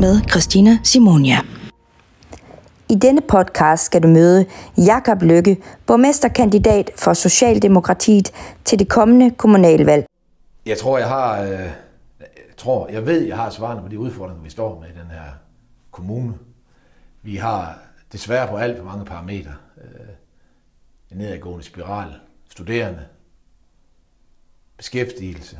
med Christina Simonia. I denne podcast skal du møde Jakob Lykke, borgmesterkandidat for Socialdemokratiet til det kommende kommunalvalg. Jeg ved, jeg har svarene på de udfordringer, vi står med i den her kommune. Vi har desværre på alt for mange parametre. En nedadgående spiral, studerende, beskæftigelse.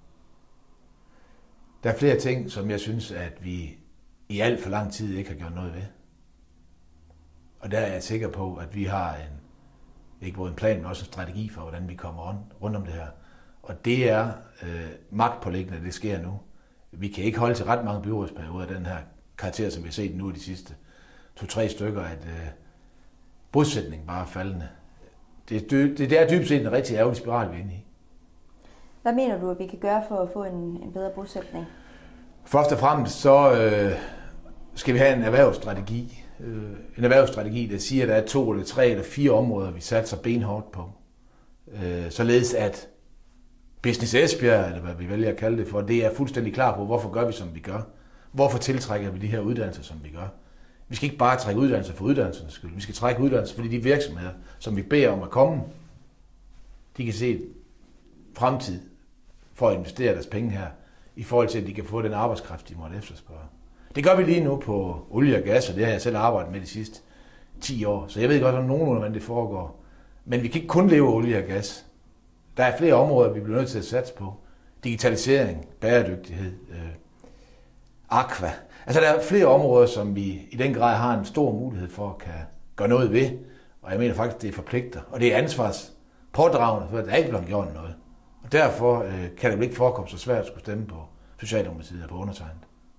Der er flere ting, som jeg synes, at vi i alt for lang tid ikke har gjort noget ved. Og der er jeg sikker på, at vi har ikke både en plan, men også en strategi for, hvordan vi kommer rundt om det her. Og det er magtpåliggende, at det sker nu. Vi kan ikke holde til ret mange byrådsperioder af den her karakter, som vi har set nu i de sidste 2-3 stykker, at bosætning bare er faldende. Det er dybt set en rigtig ærgerlig spiral, vi er inde i. Hvad mener du, at vi kan gøre for at få en bedre bosætning? Først og fremmest så skal vi have en erhvervsstrategi. En erhvervsstrategi, der siger, at der er 2 eller 3 eller 4 områder, vi satser benhårdt på. Således at Business Esbjerg, eller hvad vi vælger at kalde det for, det er fuldstændig klar på, hvorfor gør vi, som vi gør. Hvorfor tiltrækker vi de her uddannelser, som vi gør. Vi skal ikke bare trække uddannelser for uddannelsernes skyld. Vi skal trække uddannelser, fordi de virksomheder, som vi beder om at komme, de kan se fremtid for at investere deres penge her, i forhold til, at de kan få den arbejdskraft, de måtte efterspørge. Det gør vi lige nu på olie og gas, og det har jeg selv arbejdet med de sidste 10 år. Så jeg ved godt, hvordan det foregår. Men vi kan ikke kun leve af olie og gas. Der er flere områder, vi bliver nødt til at satse på. Digitalisering, bæredygtighed, aqua. Altså der er flere områder, som vi i den grad har en stor mulighed for at kan gøre noget ved. Og jeg mener faktisk, det er forpligter. Og det er ansvarspådragende, for at der ikke bliver gjort noget. Og derfor kan det ikke forekomme så svært at skulle stemme på Socialdemokratiet og på undertegnet.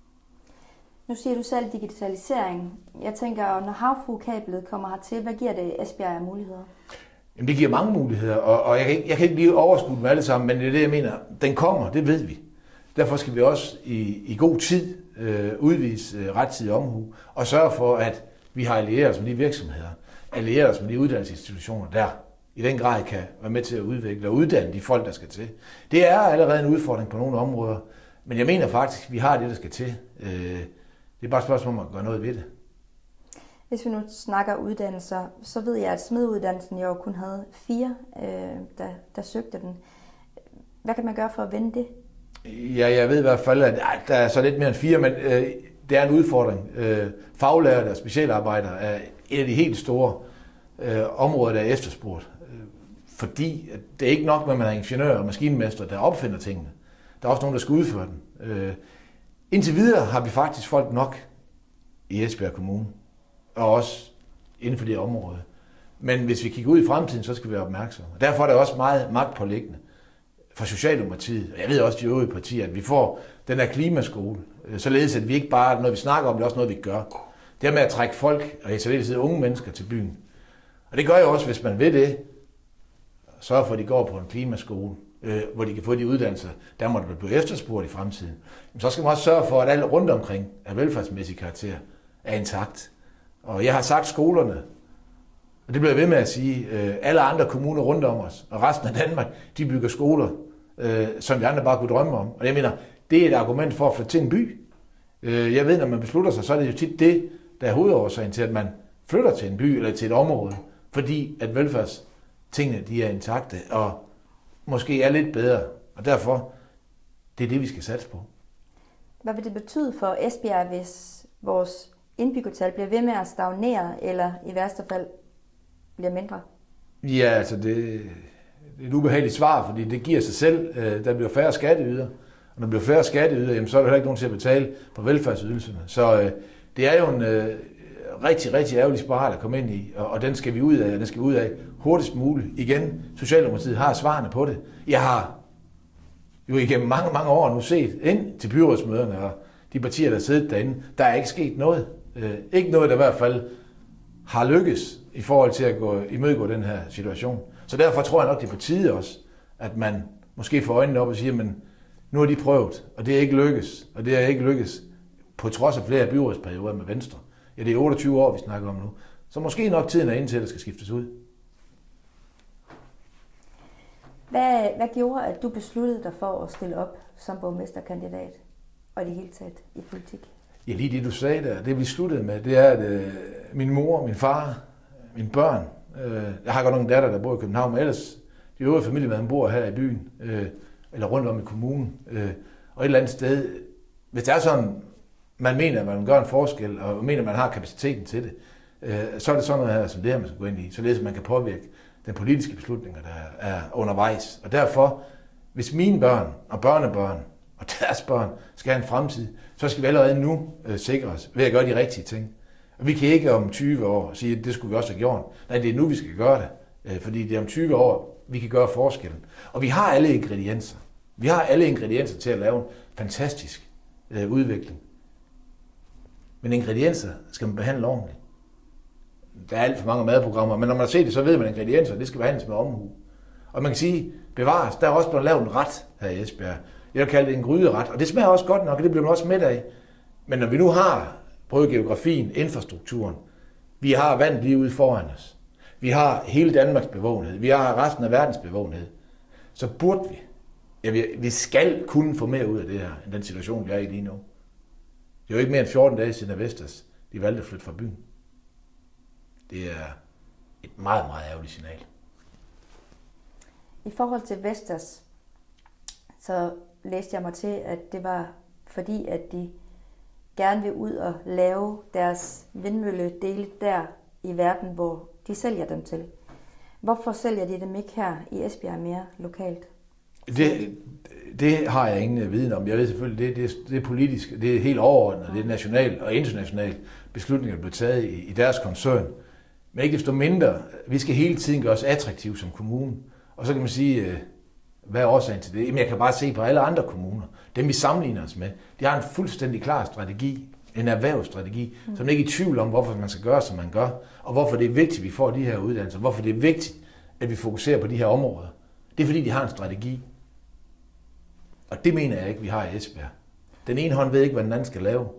Nu siger du selv digitalisering. Jeg tænker, når havfruekablet kommer hertil, hvad giver det Esbjerg af muligheder? Jamen, det giver mange muligheder, og jeg kan ikke blive overskudt med alle sammen, men det er det, jeg mener. Den kommer, det ved vi. Derfor skal vi også i god tid udvise rettidig omhu og sørge for, at vi har allieret os med de virksomheder, allieret os med de uddannelsesinstitutioner, der i den grad kan være med til at udvikle og uddanne de folk, der skal til. Det er allerede en udfordring på nogle områder, men jeg mener faktisk, at vi har det, der skal til. Det er bare et spørgsmål om at gøre noget ved det. Hvis vi nu snakker uddannelser, så ved jeg, at smeduddannelsen jo kun havde 4, der søgte den. Hvad kan man gøre for at vende det? Ja, jeg ved i hvert fald, at der er så lidt mere end 4, men det er en udfordring. Faglærte og specialarbejdere er et af de helt store områder, der er efterspurgt. Fordi det er ikke nok, at man er ingeniør og maskinmester, der opfinder tingene. Der er også nogen, der skal udføre den. Indtil videre har vi faktisk folk nok i Esbjerg Kommune, og også inden for det område. Men hvis vi kigger ud i fremtiden, så skal vi være opmærksomme. Og derfor er det også meget magtpåliggende for Socialdemokratiet, og jeg ved også de øvrige partier, at vi får den her klimaskole, således at vi ikke bare, når vi snakker om det, også noget, vi gør. Det er med at trække folk, og i særdeleshed unge mennesker til byen. Og det gør jo også, hvis man vil det, sørge for, at de går på en klimaskole, hvor de kan få de uddannelser, der må det blive efterspurgt i fremtiden. Men så skal man også sørge for, at alle rundt omkring af velfærdsmæssig karakter er intakt. Og jeg har sagt skolerne, og det bliver jeg ved med at sige, alle andre kommuner rundt om os, og resten af Danmark, de bygger skoler, som vi andre bare kunne drømme om. Og jeg mener, det er et argument for at flytte til en by. Jeg ved, når man beslutter sig, så er det jo tit det, der er hovedårsagen til, at man flytter til en by eller til et område, fordi at velfærdstingene, de er intakte, og måske er lidt bedre. Og derfor, det er det, vi skal satse på. Hvad vil det betyde for Esbjerg, hvis vores indbyggertal bliver ved med at stagnere, eller i værste fald bliver mindre? Ja, altså det er et ubehageligt svar, fordi det giver sig selv. Der bliver færre skatteyder, og når der bliver færre skatteyder, jamen, så er der heller ikke nogen til at betale på velfærdsydelserne. Så det er jo en rigtig, rigtig ærgerlig spiral at komme ind i, og den skal vi ud af, og den skal ud af hurtigst muligt. Igen, Socialdemokratiet har svarene på det. Jeg har jo igennem mange, mange år nu set ind til byrådsmøderne, og de partier, der sidder derinde, der er ikke sket noget. Ikke noget, der i hvert fald har lykkes i forhold til at imødegå den her situation. Så derfor tror jeg nok, det er på tide også, at man måske får øjnene op og siger, men nu har de prøvet, og det er ikke lykkes, og det er ikke lykkes på trods af flere byrådsperioder med Venstre. Ja, det er 28 år, vi snakker om nu. Så måske nok tiden er inde til, at det skal skiftes ud. Hvad gjorde, at du besluttede dig for at stille op som borgmesterkandidat, og i det hele taget i politik? Ja, lige det du sagde der, det vi sluttede med, det er, at min mor, min far, mine børn, jeg har godt nok en datter, der bor i København, men ellers de øvrige familiemedlemmer bor her i byen, eller rundt om i kommunen, og et eller andet sted, hvis det er sådan, man mener, at man gør en forskel, og mener, at man har kapaciteten til det, så er det sådan noget her, som det her, man skal gå ind i, således at man kan påvirke den politiske beslutninger, der er undervejs. Og derfor, hvis mine børn og børnebørn og deres børn skal have en fremtid, så skal vi allerede nu sikre os ved at gøre de rigtige ting. Og vi kan ikke om 20 år sige, at det skulle vi også have gjort. Nej, det er nu, vi skal gøre det. Fordi det er om 20 år, vi kan gøre forskellen. Og vi har alle ingredienser. Vi har alle ingredienser til at lave en fantastisk udvikling. Men ingredienser skal man behandle ordentligt. Der er alt for mange madprogrammer, men når man har set det, så ved man, at ingredienser, det skal behandles med omhu. Og man kan sige, bevares, der er også blevet lavet en ret her i Esbjerg. Jeg vil kalde det en gryderet, og det smager også godt nok, og det bliver man også med af. Men når vi nu har både geografien, infrastrukturen, vi har vandet lige ude foran os, vi har hele Danmarks bevågenhed, vi har resten af verdens bevågenhed, så burde vi skal kunne få mere ud af det her, end den situation, vi er i lige nu. Det er jo ikke mere end 14 dage siden, at Vestas de valgte at flytte fra byen. Det er et meget, meget ærgerligt signal. I forhold til Vestas, så læste jeg mig til, at det var fordi, at de gerne vil ud og lave deres vindmølledele der i verden, hvor de sælger dem til. Hvorfor sælger de dem ikke her i Esbjerg mere lokalt? Det har jeg ingen viden om. Jeg ved selvfølgelig, det er politisk, det er helt overordnet, det er nationalt og internationalt beslutninger, der bliver taget i deres koncern. Men ikke desto mindre, vi skal hele tiden gøre os attraktive som kommune. Og så kan man sige, hvad er årsagen til det? Jamen, jeg kan bare se på alle andre kommuner. Dem vi sammenligner os med, de har en fuldstændig klar strategi, en erhvervsstrategi, som er ikke i tvivl om, hvorfor man skal gøre, som man gør, og hvorfor det er vigtigt, at vi får de her uddannelser, hvorfor det er vigtigt, at vi fokuserer på de her områder. Det er fordi, de har en strategi. Og det mener jeg ikke, vi har i Esbjerg. Den ene hånd ved ikke, hvad den anden skal lave.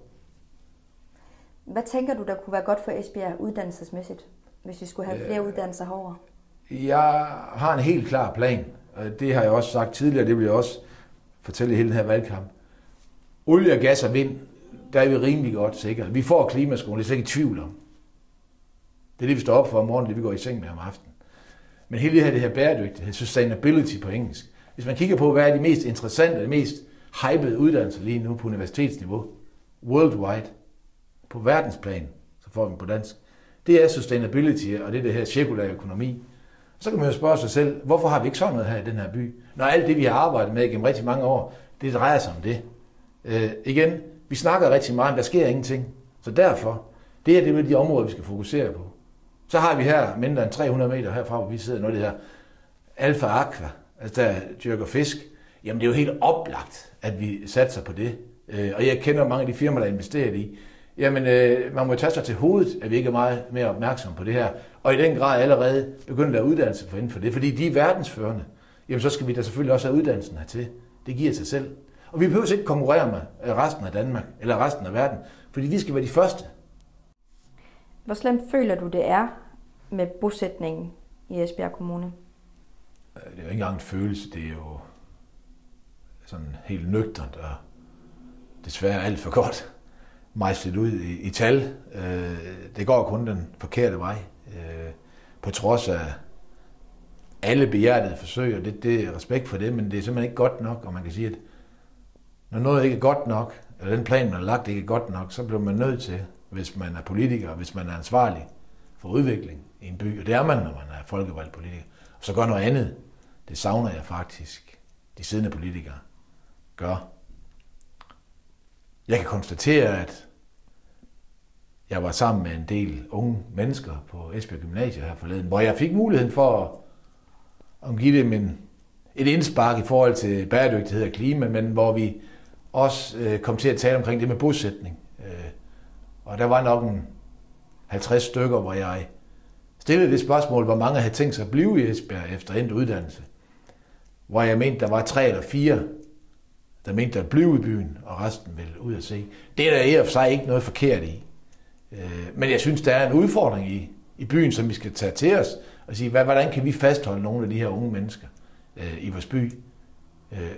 Hvad tænker du, der kunne være godt for Esbjerg uddannelsesmæssigt, hvis vi skulle have flere uddannelser herovre? Jeg har en helt klar plan, og det har jeg også sagt tidligere, det vil jeg også fortælle i hele den her valgkamp. Olie, gas og vind, der er vi rimelig godt sikre. Vi får klimaskolen, det er slet ikke i tvivl om. Det er det, vi står op for om morgenen, det vi går i seng med om aftenen. Men hele det her bæredygtighed, sustainability på engelsk. Hvis man kigger på, hvad er de mest interessante, de mest hypede uddannelser lige nu på universitetsniveau, worldwide, på verdensplan, så får vi på dansk, det er sustainability, og det er det her cirkulære økonomi. Og så kan man jo spørge sig selv, hvorfor har vi ikke sådan noget her i den her by? Når alt det, vi har arbejdet med gennem rigtig mange år, det drejer sig om det. Igen, vi snakker rigtig meget, men der sker ingenting. Så derfor, det er de områder, vi skal fokusere på. Så har vi her mindre end 300 meter herfra, hvor vi sidder, noget det her Alfa Aqua, altså der dyrker fisk. Jamen det er jo helt oplagt, at vi satser på det. Og jeg kender mange af de firmaer, der er investeret i. Jamen, man må tage sig til hovedet, at vi ikke er meget mere opmærksomme på det her. Og i den grad allerede begynde at lave uddannelse for inden for det. Fordi de er verdensførende. Jamen, så skal vi da selvfølgelig også have uddannelsen hertil. Det giver sig selv. Og vi behøver ikke konkurrere med resten af Danmark, eller resten af verden. Fordi vi skal være de første. Hvor slemt føler du, det er med bosætningen i Esbjerg Kommune? Det er jo ikke engang en følelse. Det er jo sådan helt nøgternt og desværre alt for godt mejslet ud i tal. Det går kun den forkerte vej. På trods af alle behjertede forsøg, og det er respekt for det, men det er simpelthen ikke godt nok, og man kan sige, at når noget ikke er godt nok, eller den plan, man har lagt, ikke er godt nok, så bliver man nødt til, hvis man er politiker, hvis man er ansvarlig for udvikling i en by, og det er man, når man er folkevalgt politiker, og så gør noget andet. Det savner jeg faktisk, de siddende politikere gør. Jeg kan konstatere, at jeg var sammen med en del unge mennesker på Esbjerg Gymnasium her forleden, hvor jeg fik muligheden for at give dem et indspark i forhold til bæredygtighed og klima, men hvor vi også kom til at tale omkring det med bosætning. Og der var nok 50 stykker, hvor jeg stillede det spørgsmål, hvor mange havde tænkt sig at blive i Esbjerg efter endt uddannelse. Hvor jeg mente, der var 3 eller 4, der mente at blive i byen, og resten ville ud at se. Det er der i og for sig ikke noget forkert i. Men jeg synes, der er en udfordring i byen, som vi skal tage til os, og sige, hvordan kan vi fastholde nogle af de her unge mennesker i vores by?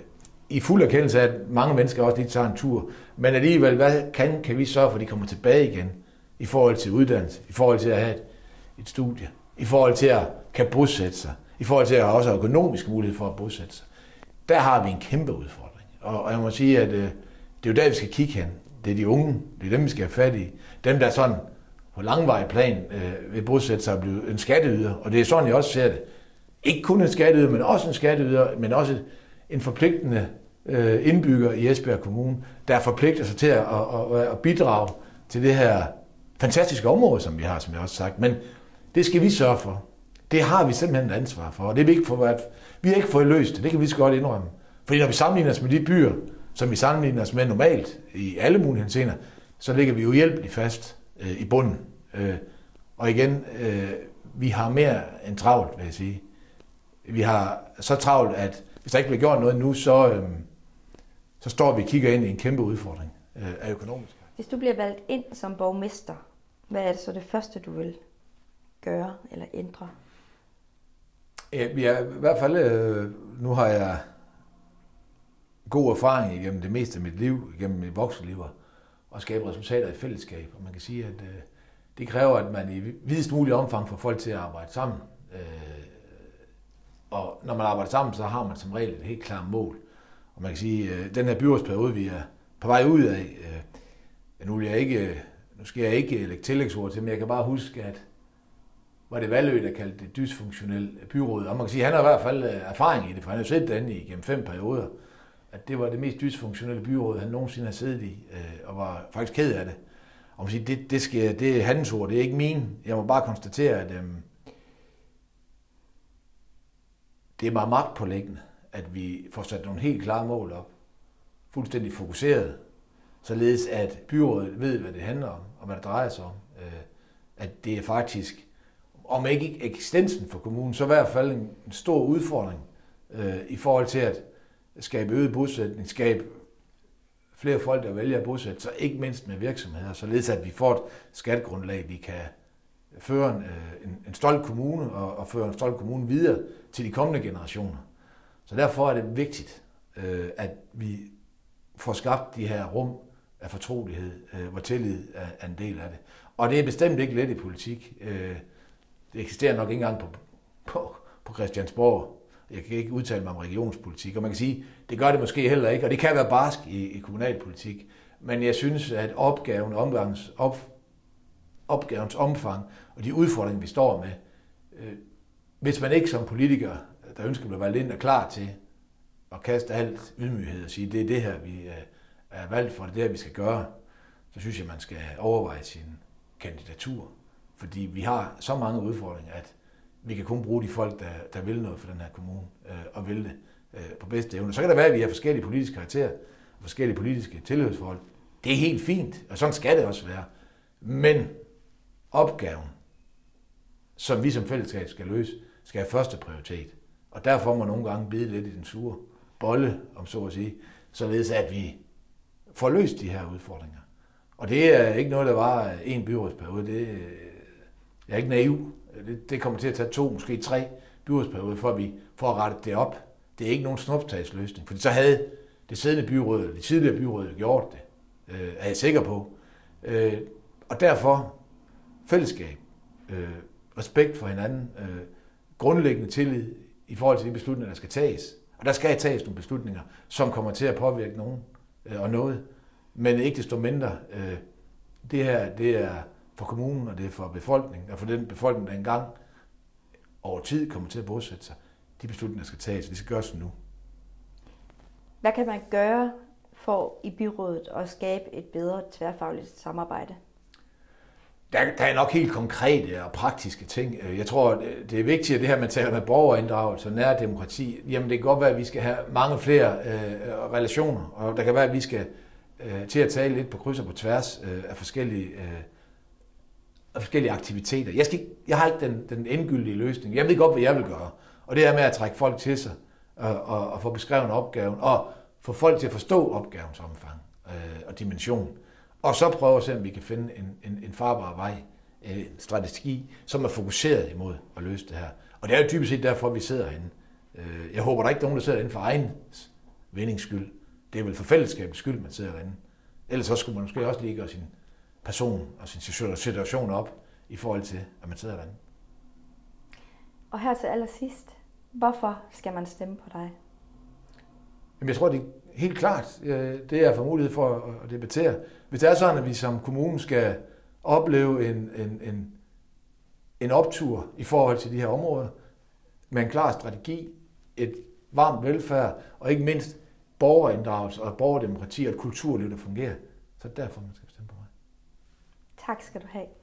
i fuld erkendelse af, at mange mennesker også lige tager en tur. Men alligevel, hvad kan vi sørge for, at de kommer tilbage igen i forhold til uddannelse, i forhold til at have et studie, i forhold til at kan bosætte sig, i forhold til at også have økonomisk mulighed for at bosætte sig. Der har vi en kæmpe udfordring. Og jeg må sige, at det er jo der, vi skal kigge hen. Det er de unge, det er dem, vi skal have fat i. Dem, der sådan på langvarig plan vil bosætte sig og blive en skatteyder. Og det er sådan, jeg også ser det. Ikke kun en skatteyder, men også en skatteyder, men også en forpligtende indbygger i Esbjerg Kommune, der forpligter sig til at bidrage til det her fantastiske område, som vi har, som jeg også sagt. Men det skal vi sørge for. Det har vi simpelthen et ansvar for, og det er vi ikke vi har ikke fået løst det. Det kan vi så godt indrømme. Fordi når vi sammenligner os med de byer, som vi sammenligner os med normalt i alle mulige henseender, så ligger vi jo hjælpeligt fast i bunden. Og igen, vi har mere end travlt, vil jeg sige. Vi har så travlt, at hvis der ikke bliver gjort noget nu, så står vi og kigger ind i en kæmpe udfordring af økonomisk. Hvis du bliver valgt ind som borgmester, hvad er det så det første, du vil gøre eller ændre? Ja, i hvert fald, nu har jeg god erfaring igennem det meste af mit liv, igennem mit voksenliv, og skabe resultater i fællesskab. Og man kan sige, at det kræver, at man i videst mulig omfang får folk til at arbejde sammen. Og når man arbejder sammen, så har man som regel et helt klart mål. Og man kan sige, at den her byrådsperiode, vi er på vej ud af, nu skal jeg ikke lægge tillægsord til, men jeg kan bare huske, at var det Vallø, der kaldte det dysfunktionelt byråd. Og man kan sige, at han har i hvert fald erfaring i det, for han har jo siddet derinde igennem 5 perioder, at det var det mest dysfunktionelle byråd, han nogensinde har siddet i, og var faktisk ked af det. Og man kan sige, det er hans ord, det er ikke mine. Jeg må bare konstatere, at det er meget magtpåliggende, at vi får sat nogle helt klare mål op, fuldstændig fokuseret, således at byrådet ved, hvad det handler om, og hvad det drejer sig om. At det er faktisk, om ikke eksistensen for kommunen, så i hvert fald en stor udfordring i forhold til at skabe øget bosætning, skabe flere folk, der vælger at bosætte sig, ikke mindst med virksomheder, således at vi får et skattegrundlag, vi kan føre en stolt kommune og føre en stolt kommune videre til de kommende generationer. Så derfor er det vigtigt, at vi får skabt de her rum af fortrolighed, hvor tillid er en del af det. Og det er bestemt ikke let i politik. Det eksisterer nok ikke engang på Christiansborg. Jeg kan ikke udtale mig om regionspolitik, og man kan sige, det gør det måske heller ikke, og det kan være barsk i kommunalpolitik, men jeg synes, at opgavens omfang og de udfordringer, vi står med, hvis man ikke som politiker, der ønsker at blive valgt ind, er klar til at kaste alt ydmyghed og sige, det er det her, vi er valgt for, det er det her, vi skal gøre, så synes jeg, man skal overveje sin kandidatur, fordi vi har så mange udfordringer, at vi kan kun bruge de folk, der vil noget for den her kommune, og vil det på bedste evne. Så kan det være, at vi har forskellige politiske karakterer, og forskellige politiske tilhørsforhold. Det er helt fint, og sådan skal det også være. Men opgaven, som vi som fællesskab skal løse, skal have første prioritet. Og derfor må nogle gange bide lidt i den sure bolle, om så at sige, således at vi får løst de her udfordringer. Og det er ikke noget, der var en byrådsperiode. Jeg er ikke naiv. Det kommer til at tage 2, måske 3 byrådsperioder, for at vi får rettet det op. Det er ikke nogen snuptagsløsning, for så havde det siddende byråd, eller det tidligere byråd, gjort det, er jeg sikker på. Og derfor fællesskab, respekt for hinanden, grundlæggende tillid i forhold til de beslutninger, der skal tages. Og der skal tages nogle beslutninger, som kommer til at påvirke nogen og noget. Men ikke desto mindre, det her, det er for kommunen, og det er for befolkningen, og for den befolkning, der engang over tid kommer til at bosætte sig. De beslutninger skal tages, det skal gøres nu. Hvad kan man gøre for i byrådet at skabe et bedre tværfagligt samarbejde? Der er nok helt konkrete og praktiske ting. Jeg tror, det er vigtigt, at det her, man taler med borgerinddragelse og nær demokrati. Jamen, det kan godt være, at vi skal have mange flere relationer, og der kan være, at vi skal til at tale lidt på kryds og på tværs af forskellige aktiviteter. Jeg har ikke den endegyldige løsning. Jeg ved godt, hvad jeg vil gøre. Og det er med at trække folk til sig og få beskrevet opgaven, og få folk til at forstå opgavens omfang og dimension. Og så prøve at se, om vi kan finde en farbar vej, en strategi, som er fokuseret imod at løse det her. Og det er jo typisk set derfor, vi sidder herinde. Jeg håber, der ikke er nogen, der sidder inden for egen vindings skyld. Det er vel for fællesskabets skyld, man sidder derinde. Ellers så skulle man måske også lige gøre sin person og sin situation op i forhold til, at man sidder derinde. Og her til allersidst, hvorfor skal man stemme på dig? Jamen, jeg tror, det er helt klart, det jeg får mulighed for at debattere. Hvis det er sådan, at vi som kommune skal opleve en optur i forhold til de her områder, med en klar strategi, et varmt velfærd, og ikke mindst borgerinddragelse og borgerdemokrati og et kulturliv, der fungerer, så derfor man skal stemme på mig. Tak skal du have.